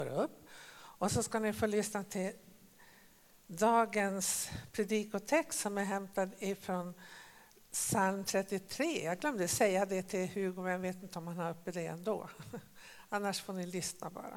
upp. Och så ska ni få lyssna till dagens predikotext som är hämtad ifrån psalm 33. Jag glömde säga det till Hugo, men jag vet inte om han har uppe det ändå. Annars får ni lyssna bara.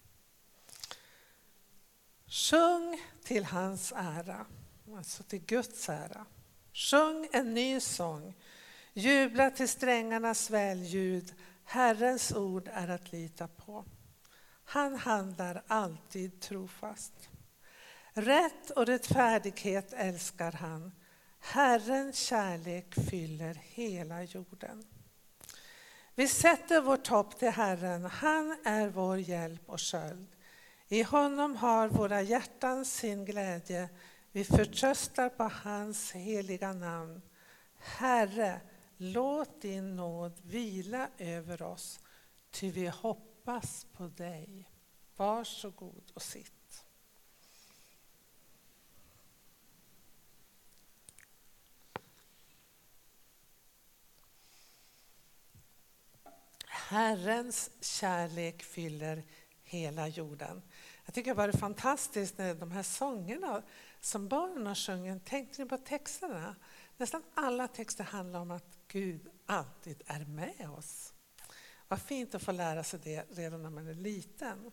Sjung till hans ära, alltså till Guds ära. Sjung en ny sång. Jubla till strängarnas välljud. Herrens ord är att lita på. Han handlar alltid trofast. Rätt och rättfärdighet älskar han. Herrens kärlek fyller hela jorden. Vi sätter vårt hopp till Herren. Han är vår hjälp och sköld. I honom har våra hjärtan sin glädje. Vi förtröstar på hans heliga namn. Herre, låt din nåd vila över oss, ty vi hoppas på dig. Varsågod och sitt. Herrens kärlek fyller hela jorden. Jag tycker det var fantastiskt när de här sångerna som barnen har sjungit. Tänkte ni på texterna? Nästan alla texter handlar om att Gud alltid är med oss. Vad fint att få lära sig det redan när man är liten.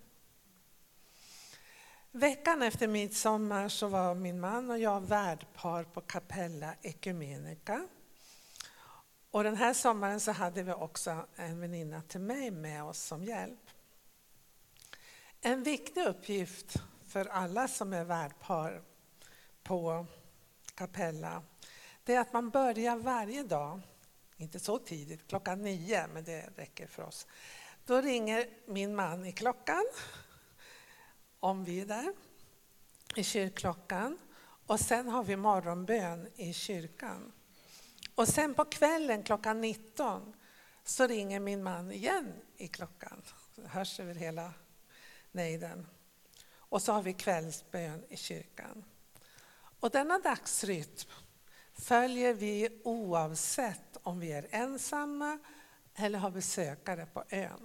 Veckan efter midsommar så var min man och jag värdpar på Capella Ecumenica. Och den här sommaren så hade vi också en väninna till mig med oss som hjälp. En viktig uppgift för alla som är värdpar på Capella, det är att man börjar varje dag, inte så tidigt, 9:00, men det räcker för oss. Då ringer min man i klockan, om vi är där, i kyrkklockan. Och sen har vi morgonbön i kyrkan. Och sen på kvällen 19:00 så ringer min man igen i klockan. Det hörs över hela nejden. Och så har vi kvällsbön i kyrkan. Och denna dagsrytm följer vi oavsett om vi är ensamma eller har besökare på ön.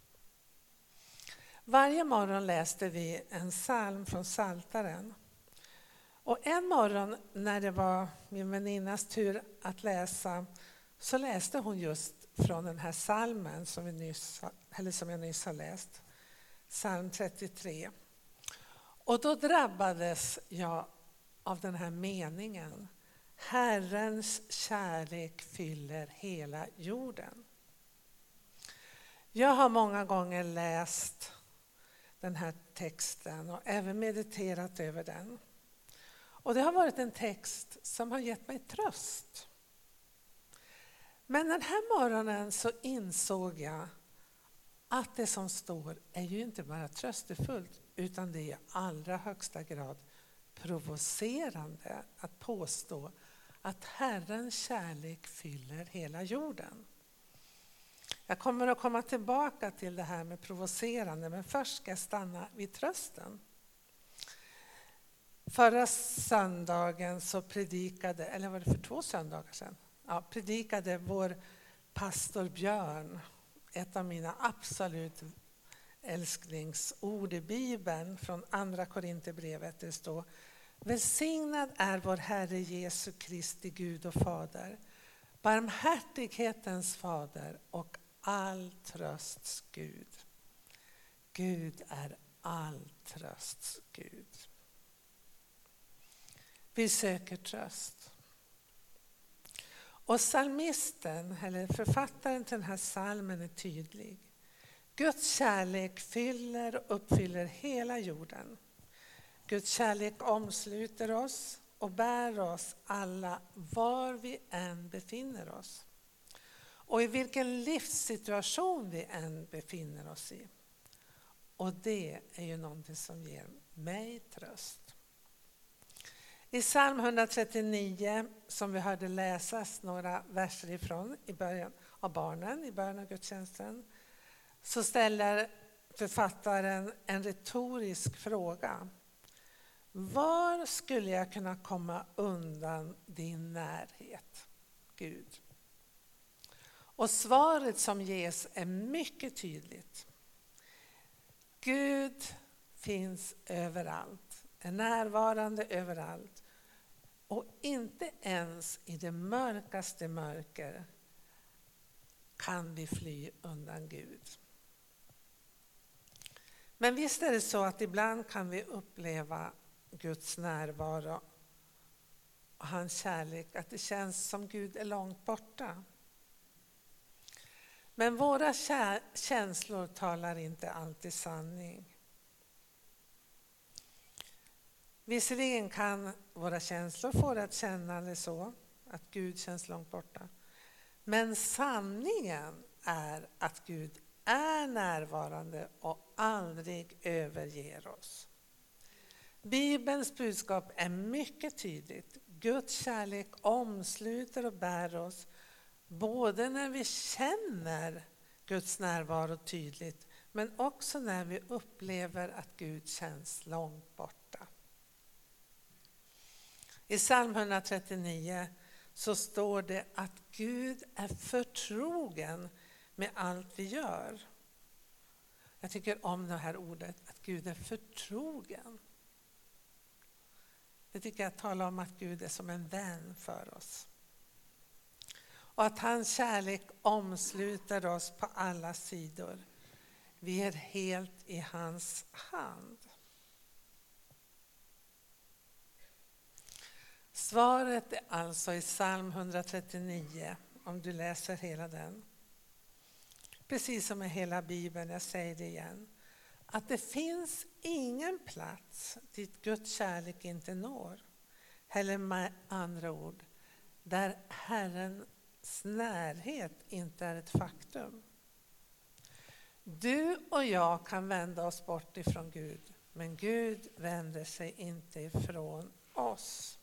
Varje morgon läste vi en psalm från Psaltaren. Och en morgon när det var min väninnas tur att läsa, så läste hon just från den här psalmen som jag nyss har läst. Psalm 33. Och då drabbades jag av den här meningen. Herrens kärlek fyller hela jorden. Jag har många gånger läst den här texten och även mediterat över den. Och det har varit en text som har gett mig tröst. Men den här morgonen så insåg jag att det som står är ju inte bara tröstefullt, utan det är i allra högsta grad provocerande att påstå att Herrens kärlek fyller hela jorden. Jag kommer att komma tillbaka till det här med provocerande, men först ska jag stanna vid trösten. Förra söndagen så predikade, eller var det för 2 söndagar sedan? Ja, predikade vår pastor Björn, ett av mina absolut älsklingsord i Bibeln från Andra Korinthierbrevet. Det står: välsignad är vår Herre Jesu Kristi Gud och Fader, barmhärtighetens Fader och all trösts Gud. Gud är all trösts Gud. Vi söker tröst. Och psalmisten, eller författaren till den här psalmen, är tydlig. Guds kärlek fyller och uppfyller hela jorden. Guds kärlek omsluter oss och bär oss alla var vi än befinner oss. Och i vilken livssituation vi än befinner oss i. Och det är ju någonting som ger mig tröst. I psalm 139, som vi hörde läsas några verser ifrån i början av gudstjänsten, så ställer författaren en retorisk fråga. Var skulle jag kunna komma undan din närhet, Gud? Och svaret som ges är mycket tydligt. Gud finns överallt, är närvarande överallt. Och inte ens i det mörkaste mörker kan vi fly undan Gud. Men visst är det så att ibland kan vi uppleva Guds närvaro och hans kärlek, att det känns som Gud är långt borta. Men våra känslor talar inte alltid sanning. Visserligen kan våra känslor få det att känna det så, att Gud känns långt borta. Men sanningen är att Gud är närvarande och aldrig överger oss. Bibelns budskap är mycket tydligt. Guds kärlek omsluter och bär oss både när vi känner Guds närvaro tydligt, men också när vi upplever att Gud känns långt borta. I psalm 139 så står det att Gud är förtrogen med allt vi gör. Jag tycker om det här ordet, att Gud är förtrogen. Det tycker jag talar om att Gud är som en vän för oss. Och att hans kärlek omsluter oss på alla sidor. Vi är helt i hans hand. Svaret är alltså i psalm 139, om du läser hela den. Precis som i hela Bibeln, jag säger det igen. Att det finns ingen plats dit Guds kärlek inte når. Eller med andra ord, där Herrens närhet inte är ett faktum. Du och jag kan vända oss bort ifrån Gud, men Gud vänder sig inte ifrån oss.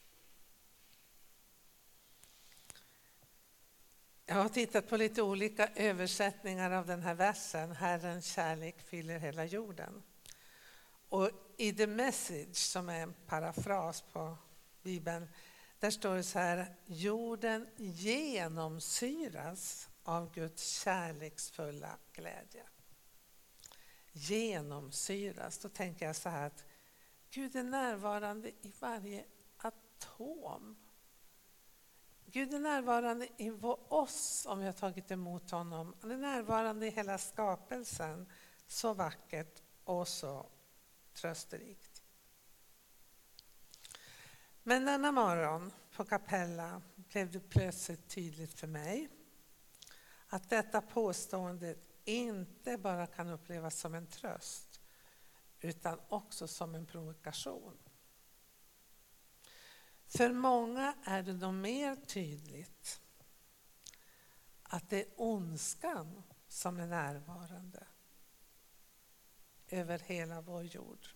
Jag har tittat på lite olika översättningar av den här versen. Herrens kärlek fyller hela jorden. Och i The Message, som är en parafras på Bibeln, där står det så här: jorden genomsyras av Guds kärleksfulla glädje. Genomsyras, då tänker jag så här att Gud är närvarande i varje atom. Gud är närvarande i oss om vi har tagit emot honom. Han är närvarande i hela skapelsen. Så vackert och så trösterikt. Men denna morgon på Capella blev det plötsligt tydligt för mig att detta påstående inte bara kan upplevas som en tröst utan också som en provokation. För många är det nog mer tydligt att det är ondskan som är närvarande över hela vår jord.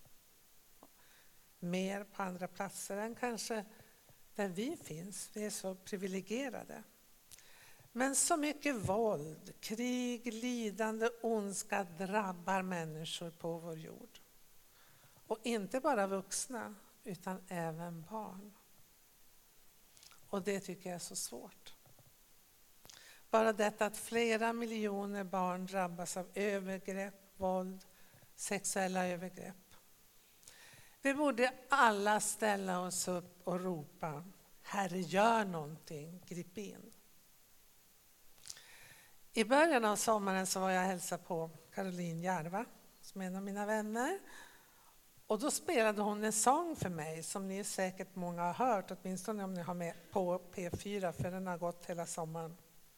Mer på andra platser än kanske där vi finns. Vi är så privilegierade. Men så mycket våld, krig, lidande, ondska drabbar människor på vår jord. Och inte bara vuxna utan även barn. Och det tycker jag är så svårt. Bara detta att flera miljoner barn drabbas av övergrepp, våld, sexuella övergrepp. Vi borde alla ställa oss upp och ropa: Herre, gör någonting, grip in. I början av sommaren så var jag hälsade på Caroline Järva, som är en av mina vänner. Och då spelade hon en sång för mig som ni säkert många har hört, åtminstone om ni har med på P4, för den har gått hela sommaren.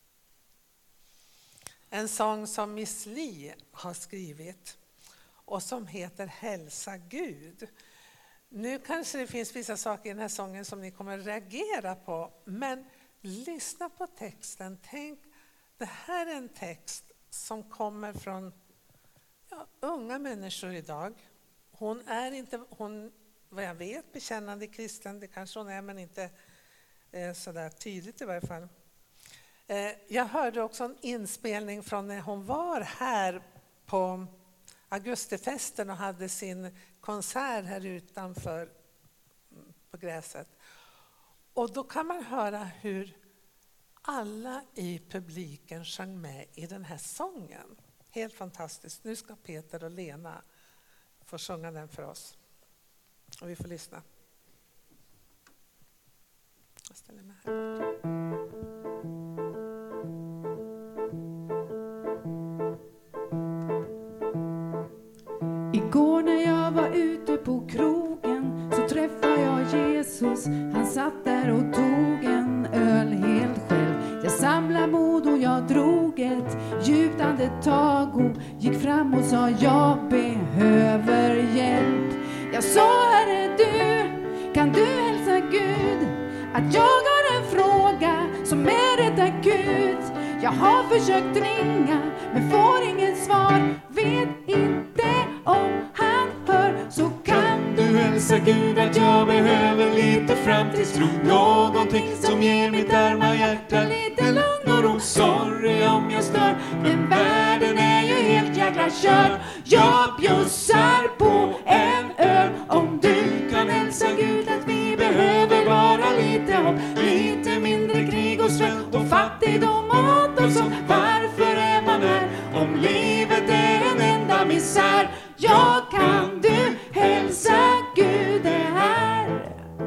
En sång som Miss Li har skrivit och som heter Hälsa Gud. Nu kanske det finns vissa saker i den här sången som ni kommer reagera på, men lyssna på texten. Tänk, det här är en text som kommer från unga människor idag. Hon är inte, vad jag vet, bekännande kristen. Det kanske hon är, men inte sådär tydligt i varje fall. Jag hörde också en inspelning från när hon var här på Augustifesten och hade sin konsert här utanför på gräset. Och då kan man höra hur alla i publiken sjöng med i den här sången. Helt fantastiskt. Nu ska Peter och Lena få sjunga den för oss. Och vi får lyssna. Jag ställer mig här bort. Igår när jag var ute på krogen så träffade jag Jesus. Han satt där och tog en öl helt själv. Jag samlade mod och jag drog ett djupt andetag och gick fram och sa jag behöver hjälp. Jag sa, Herre du, kan du hälsa Gud att jag har en fråga som är rätt akut. Jag har försökt ringa men får inget svar. Vet inte om han hör, så kan du hälsa Gud att jag behöver lite framtidstro. Någonting som ger mitt arma hjärta lite lugn och ro. Sorry om jag stör, men världen är ju helt jäkla körd. Jag bjussar på en öl om du kan hälsa Gud att vi behöver bara lite hopp. Lite mindre krig och svält och fattigdom och hat och så. Varför är man här om livet är en enda misär? Jag kan du hälsa Gud det här.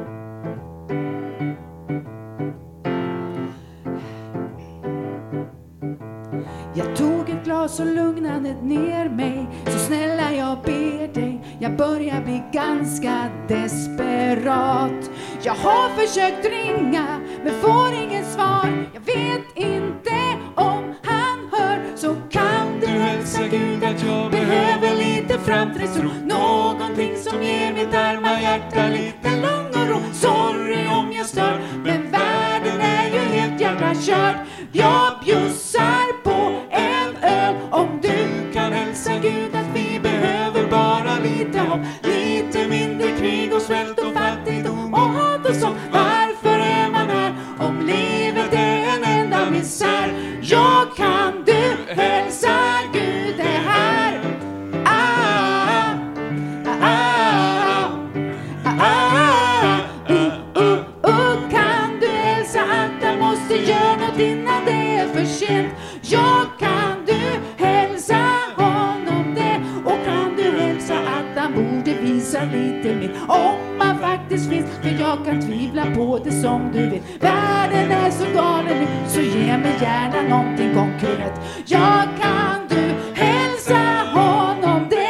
Jag tog ett glas och lugnade ner mig. Så snälla jag ber dig, jag börjar bli ganska desperat. Jag har försökt ringa men får inget svar. Jag vet inte om han hör, så kan du hälsa Gud att jag behöver lite framtidstro. Någonting som ger mitt arma hjärta lite lugn och ro. Sorry om jag stör, men världen är ju helt jävla körd. Jag bjussar på en öl om du kan hälsa Gud att vi behöver bara lite hopp. Lite mindre krig och svält och fattigdom och hat och så. Varför är man här om livet är en enda misär? Jag kan du hälsa Gud det här. Kan du hälsa att jag måste göra något innan det är för sent? Jag kan du hälsa honom det. Och kan du hälsa att han borde visa lite mer om han faktiskt finns? För jag kan tvivla på det som du vill. Världen är så galen nu, så ge mig gärna någonting konkret. Jag kan du hälsa honom det.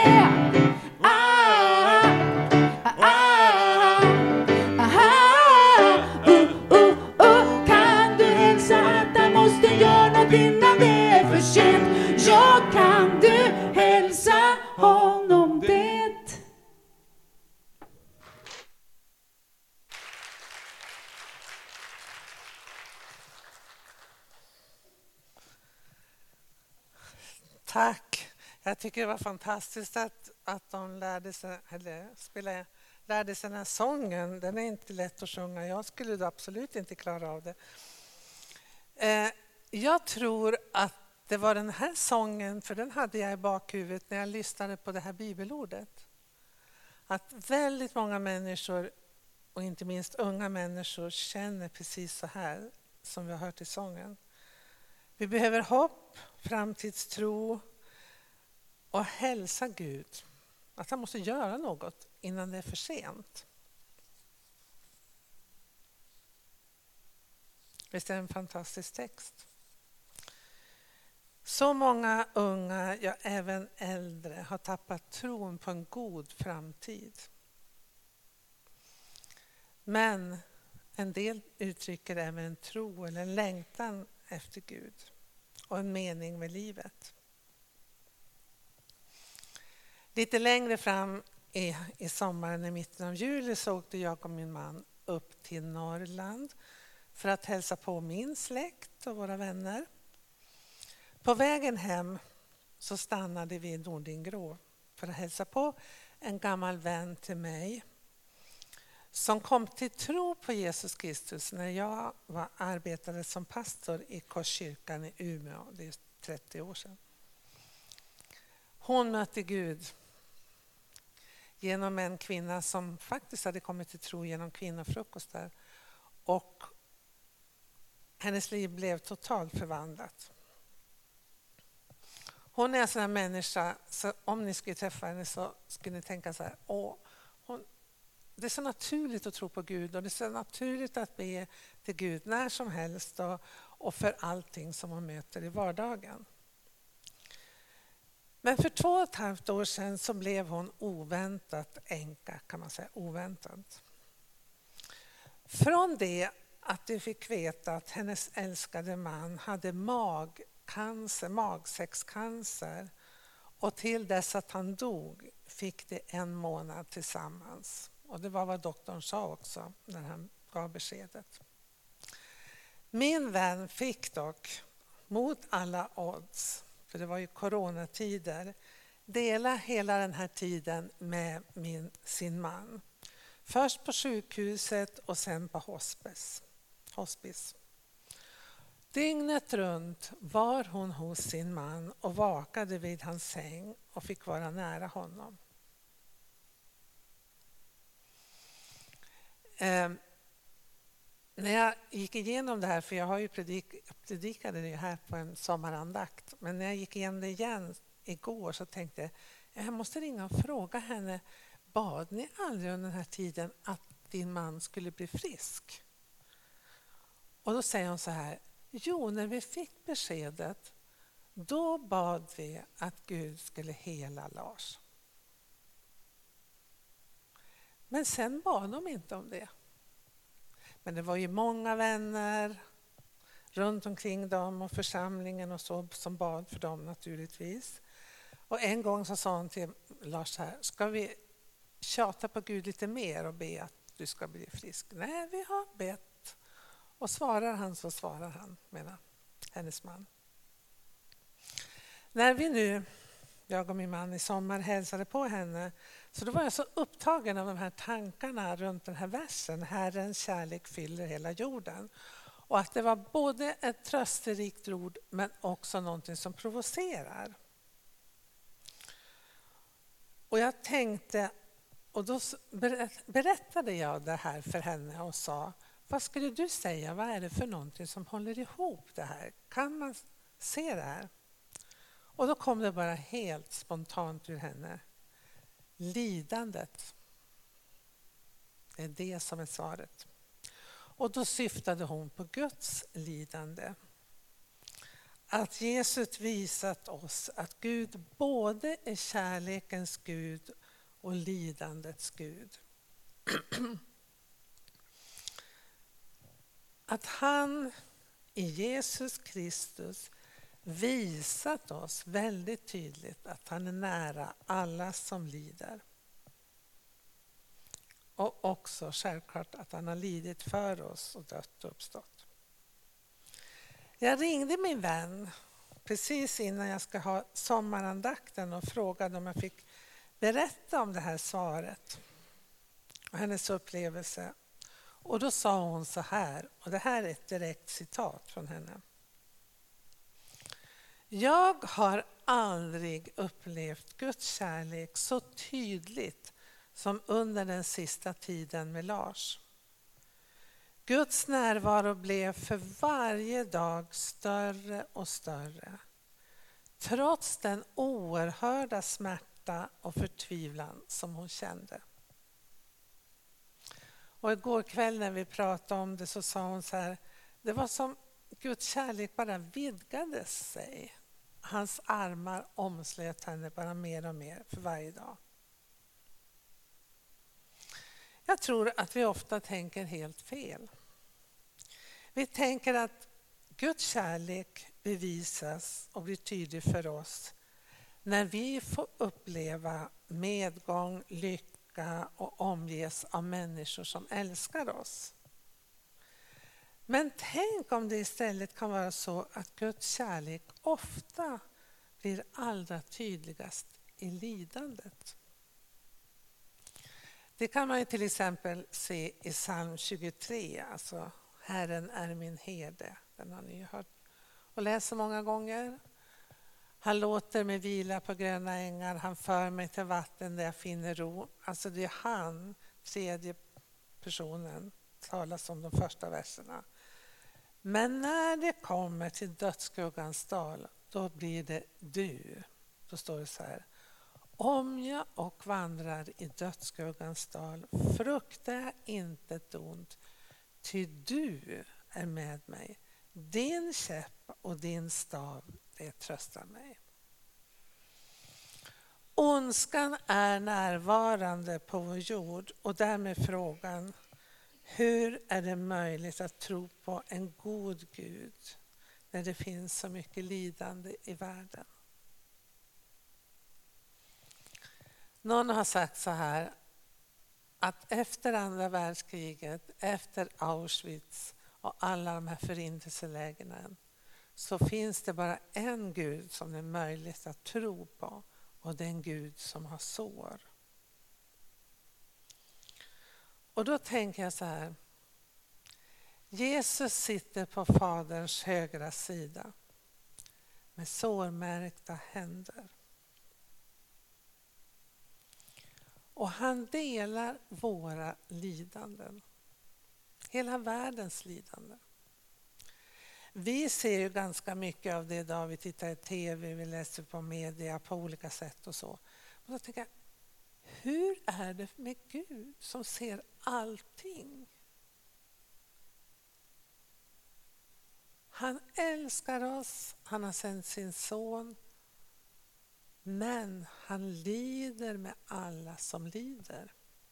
Kan du hälsa att han måste göra något innan det är för sent? Jag kan du hälsa honom det. Tack. Jag tycker det var fantastiskt att de lärde sig den här sången. Den är inte lätt att sjunga. Jag skulle då absolut inte klara av det. Jag tror att det var den här sången, för den hade jag i bakhuvudet när jag lyssnade på det här bibelordet. Att väldigt många människor, och inte minst unga människor, känner precis så här som vi har hört i sången. Vi behöver hopp, framtidstro och hälsa Gud att han måste göra något innan det är för sent. Visst är det en fantastisk text? Så många unga, ja även äldre, har tappat tron på en god framtid. Men en del uttrycker även en tro eller en längtan efter Gud och en mening med livet. Lite längre fram i sommaren, i mitten av juli, så åkte jag och min man upp till Norrland för att hälsa på min släkt och våra vänner. På vägen hem så stannade vi i Nordingrå för att hälsa på en gammal vän till mig som kom till tro på Jesus Kristus när jag arbetade som pastor i Korskyrkan i Umeå. Det är 30 år sedan. Hon mötte Gud genom en kvinna som faktiskt hade kommit till tro genom kvinnofrukostar. Och hennes liv blev totalt förvandlat. Hon är en sån här människa, så om ni skulle träffa henne så skulle ni tänka så här, det är så naturligt att tro på Gud och det är så naturligt att be till Gud när som helst och för allting som hon möter i vardagen. Men för 2,5 år sedan så blev hon oväntat änka, kan man säga, oväntat. Från det att de fick veta att hennes älskade man hade magsäckscancer och till dess att han dog fick de 1 månad tillsammans. Och det var vad doktorn sa också när han gav beskedet. Min vän fick dock mot alla odds, för det var ju coronatider, dela hela den här tiden med sin man. Först på sjukhuset och sen på hospice. Dygnet runt var hon hos sin man och vakade vid hans säng och fick vara nära honom. När jag gick igenom det här, för jag har ju predikade det här på en sommarandakt, men när jag gick igenom det igen igår så tänkte jag måste ringa och fråga henne, bad ni aldrig under den här tiden att din man skulle bli frisk? Och då säger hon så här, jo, när vi fick beskedet då bad vi att Gud skulle hela Lars. Men sen bad de inte om det. Men det var ju många vänner runt omkring dem och församlingen och så som bad för dem naturligtvis. Och en gång så sa hon till Lars här, ska vi tjata på Gud lite mer och be att du ska bli frisk? Nej, vi har bett. Och svarar han så svarar han, menar hennes man. När vi nu, jag och min man i sommar, hälsade på henne, så då var jag så upptagen av de här tankarna runt den här versen, Herrens kärlek fyller hela jorden. Och att det var både ett trösterikt ord men också någonting som provocerar. Och jag tänkte, och då berättade jag det här för henne och sa, vad skulle du säga, vad är det för någonting som håller ihop det här? Kan man se det här? Och då kom det bara helt spontant ur henne. Lidandet. Det är det som är svaret. Och då syftade hon på Guds lidande. Att Jesus visat oss att Gud både är kärlekens Gud och lidandets Gud. Att han i Jesus Kristus visat oss väldigt tydligt att han är nära alla som lider. Och också självklart att han har lidit för oss och dött och uppstått. Jag ringde min vän precis innan jag ska ha sommarandakten och frågade om jag fick berätta om det här svaret och hennes upplevelse. Och då sa hon så här, och det här är ett direkt citat från henne. Jag har aldrig upplevt Guds kärlek så tydligt som under den sista tiden med Lars. Guds närvaro blev för varje dag större och större. Trots den oerhörda smärta och förtvivlan som hon kände. Och igår kväll när vi pratade om det så sa hon så här, det var som Guds kärlek bara vidgade sig. Hans armar omslöt henne bara mer och mer för varje dag. Jag tror att vi ofta tänker helt fel. Vi tänker att Guds kärlek bevisas och blir tydlig för oss när vi får uppleva medgång, lycka och omges av människor som älskar oss. Men tänk om det istället kan vara så att Guds kärlek ofta blir allra tydligast i lidandet. Det kan man ju till exempel se i psalm 23, alltså Herren är min herde. Den har ni ju hört och läst så många gånger. Han låter mig vila på gröna ängar, han för mig till vatten där jag finner ro. Alltså det är han, tredje personen, talas om de första verserna. Men när det kommer till dödsskuggans dal, då blir det du. Då står det så här: om jag och vandrar i dödsskuggans dal fruktar jag inte ett ont, ty du är med mig. Din käpp och din stav, det tröstar mig. Ondskan är närvarande på vår jord och därmed frågan: hur är det möjligt att tro på en god Gud när det finns så mycket lidande i världen? Någon har sagt så här, att efter andra världskriget, efter Auschwitz och alla de här förintelselägren, så finns det bara en Gud som det är möjligt att tro på, och det är en Gud som har sår. Och då tänker jag så här: Jesus sitter på Faderns högra sida med sårmärkta händer. Och han delar våra lidanden. Hela världens lidanden. Vi ser ju ganska mycket av det idag. Vi tittar i tv, vi läser på media på olika sätt och så. Och då tänker jag, hur är det med Gud som ser allting? Han älskar oss, han har sänt sin son. Men han lider med alla som lider.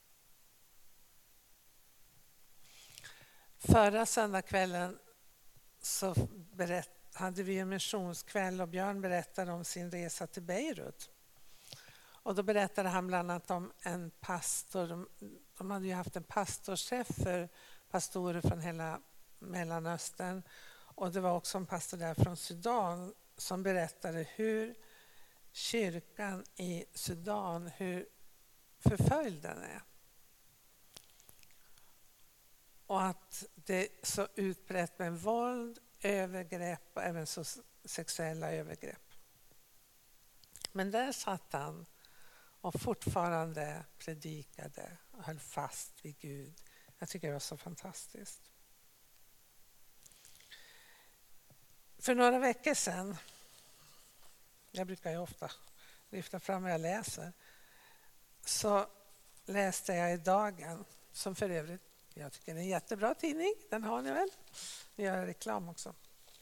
Förra söndagskvällen så hade vi en missionskväll och Björn berättade om sin resa till Beirut. Och då berättade han bland annat om en pastor. De hade ju haft en pastorsträff för pastorer från hela Mellanöstern. Och det var också en pastor där från Sudan som berättade hur kyrkan i Sudan, hur förföljd den är. Och att det är så utbrett med våld, övergrepp och även så sexuella övergrepp. Men där satt han och fortfarande predikade och höll fast vid Gud. Jag tycker det var så fantastiskt. För några veckor sedan, jag brukar ju ofta lyfta fram vad jag läser, så läste jag i Dagen, som för övrigt, jag tycker det är en jättebra tidning, den har ni väl? Vi gör reklam också.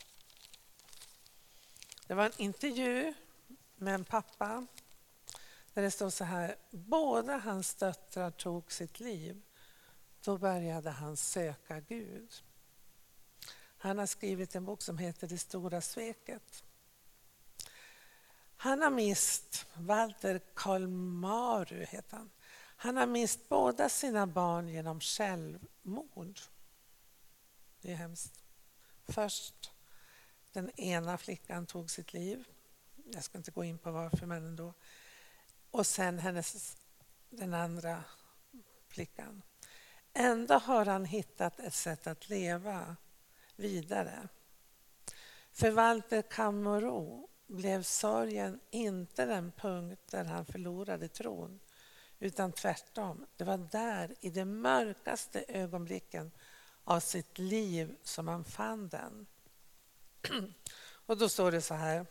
Det var en intervju med en pappa där det stod så här: båda hans döttrar tog sitt liv, då började han söka Gud. Han har skrivit en bok som heter Det stora sveket. Han har mist, Walter Kalmaru heter han. Han har mist båda sina barn genom självmord. Det är hemskt. Först den ena flickan tog sitt liv. Jag ska inte gå in på varför, men ändå. Och sen den andra flickan. Ändå har han hittat ett sätt att leva vidare. För Walter Kalmaru blev sorgen inte den punkt där han förlorade tron, utan tvärtom. Det var där i de mörkaste ögonblicken av sitt liv som han fann den. Och då står det så här: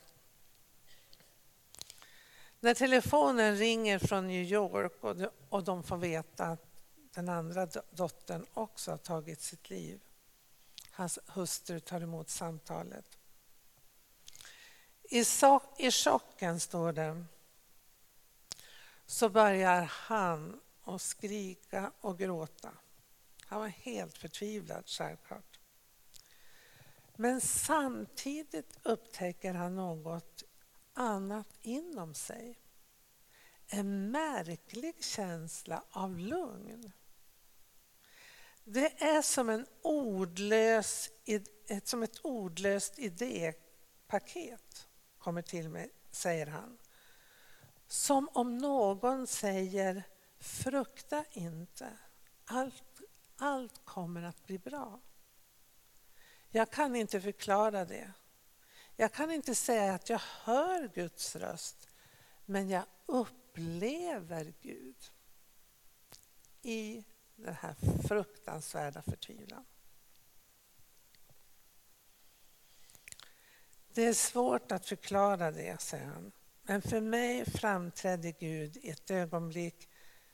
när telefonen ringer från New York och de får veta att den andra dottern också har tagit sitt liv. Hans hustru tar emot samtalet. I chocken, står det, så börjar han att skrika och gråta. Han var helt förtvivlad, självklart. Men samtidigt upptäcker han något annat inom sig. En märklig känsla av lugn. Det är som ett ordlöst idépaket kommer till mig, säger han. Som om någon säger: frukta inte, allt kommer att bli bra. Jag kan inte förklara det. Jag kan inte säga att jag hör Guds röst, men jag upplever Gud i den här fruktansvärda förtvivlan. Det är svårt att förklara det, säger han. Men för mig framträdde Gud i ett ögonblick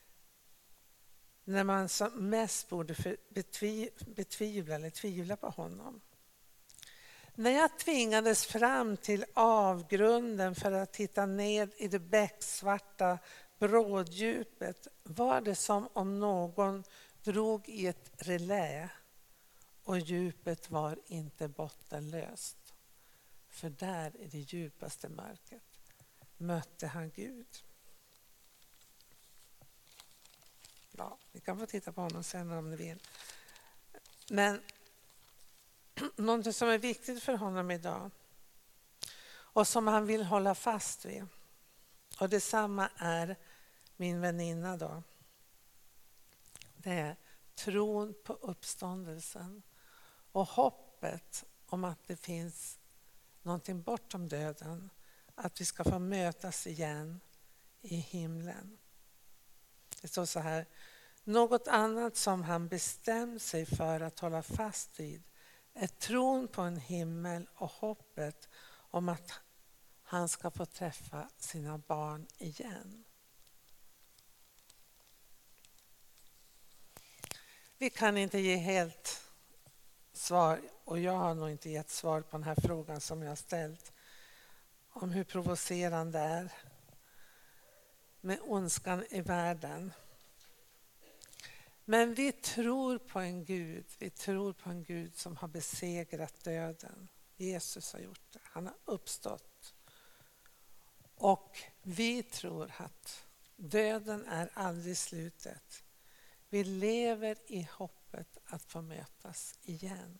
när man som mest borde betvivla eller tvivla på honom. När jag tvingades fram till avgrunden för att titta ner i det becksvarta bråddjupet var det som om någon drog i ett relä och djupet var inte bottenlöst. För där i det djupaste mörkret mötte han Gud. Ja, ni kan få titta på honom sen om ni vill. Men något som är viktigt för honom idag och som han vill hålla fast vid. Och detsamma är min väninna då. Det är tron på uppståndelsen och hoppet om att det finns någonting bortom döden. Att vi ska få mötas igen i himlen. Det står så här. Något annat som han bestämt sig för att hålla fast vid är tron på en himmel och hoppet om att han ska få träffa sina barn igen. Vi kan inte ge helt svar, och jag har nog inte gett svar på den här frågan som jag har ställt om hur provocerande det är med ondskan i världen. Men vi tror på en Gud. Vi tror på en Gud som har besegrat döden. Jesus har gjort det. Han har uppstått. Och vi tror att döden är aldrig slutet. Vi lever i hoppet att få mötas igen.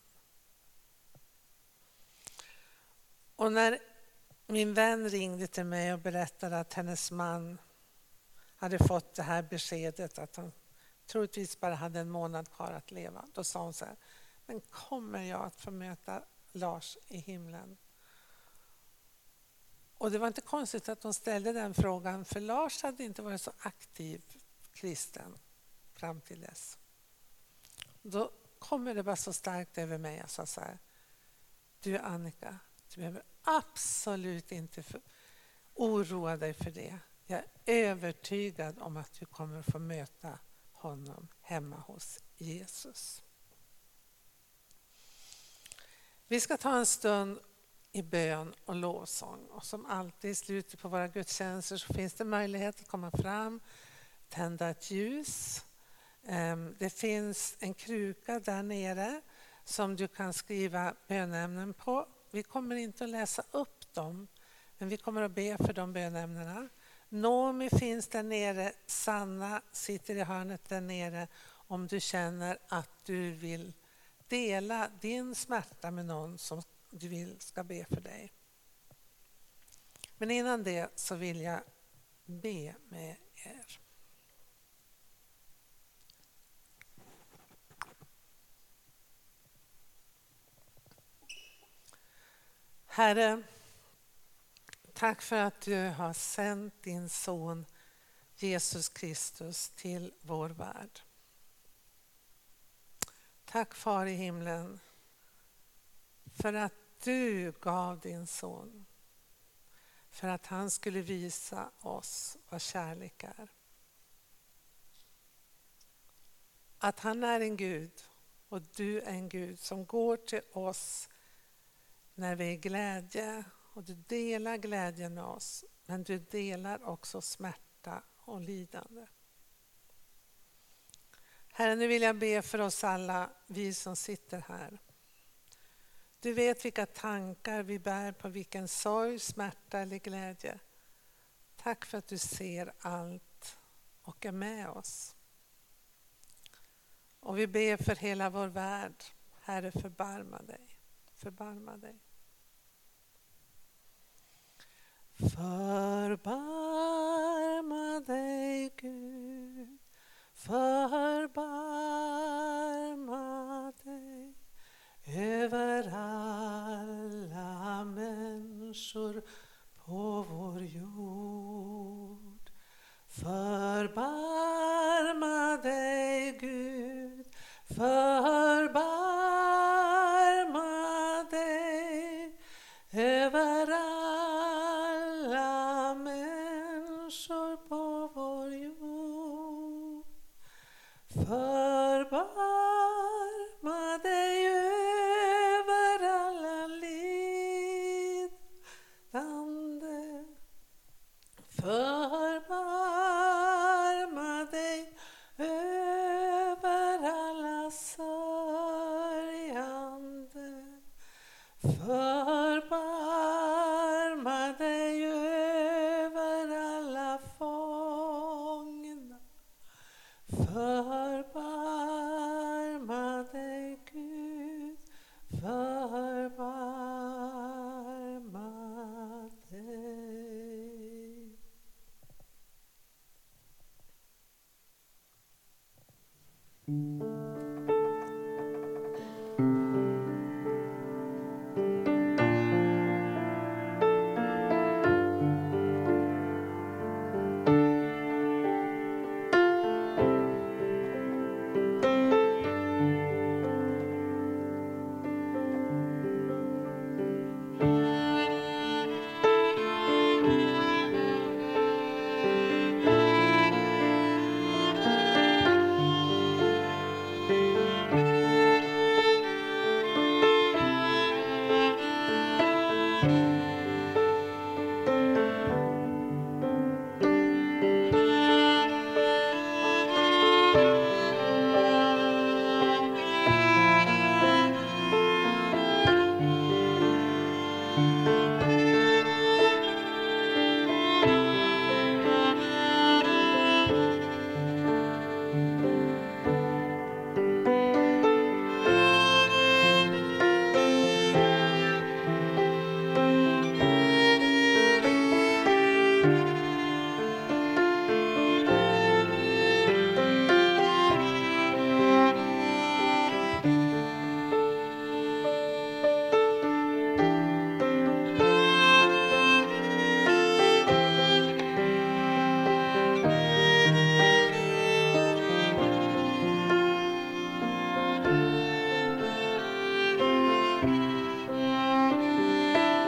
Och när min vän ringde till mig och berättade att hennes man hade fått det här beskedet att han troligtvis bara hade en månad kvar att leva. Då sa hon så här, men kommer jag att få möta Lars i himlen? Och det var inte konstigt att hon ställde den frågan, för Lars hade inte varit så aktiv kristen fram till dess. Då kommer det bara så starkt över mig. Jag sa så här, du Annika, du behöver absolut inte oroa dig för det. Jag är övertygad om att du kommer att få möta honom hemma hos Jesus. Vi ska ta en stund i bön och lovsång. Och som alltid i slutet på våra gudstjänster så finns det möjlighet att komma fram, tända ett ljus. Det finns en kruka där nere som du kan skriva bönämnen på. Vi kommer inte att läsa upp dem, men vi kommer att be för de bönämnena. Nomi finns där nere, Sanna sitter i hörnet där nere om du känner att du vill dela din smärta med någon som du vill ska be för dig. Men innan det så vill jag be med er. Herre, tack för att du har sänt din son Jesus Kristus till vår värld. Tack far i himlen för att du gav din son. För att han skulle visa oss vad kärlek är. Att han är en Gud och du är en Gud som går till oss när vi är glädje. Och du delar glädjen med oss, men du delar också smärta och lidande. Herre, nu vill jag be för oss alla, vi som sitter här. Du vet vilka tankar vi bär på, vilken sorg, smärta eller glädje. Tack för att du ser allt och är med oss. Och vi ber för hela vår värld. Herre, förbarma dig. Förbarma dig. Förbarma dig, Gud, förbarma dig över alla människor på vår jord. Förbarma dig, Gud, förbarma dig över Förbarma dig över alla lidande. Förbarma dig över alla sörjande. Förbarma dig över alla fångna. Förbarma dig, Gud, förbarma dig.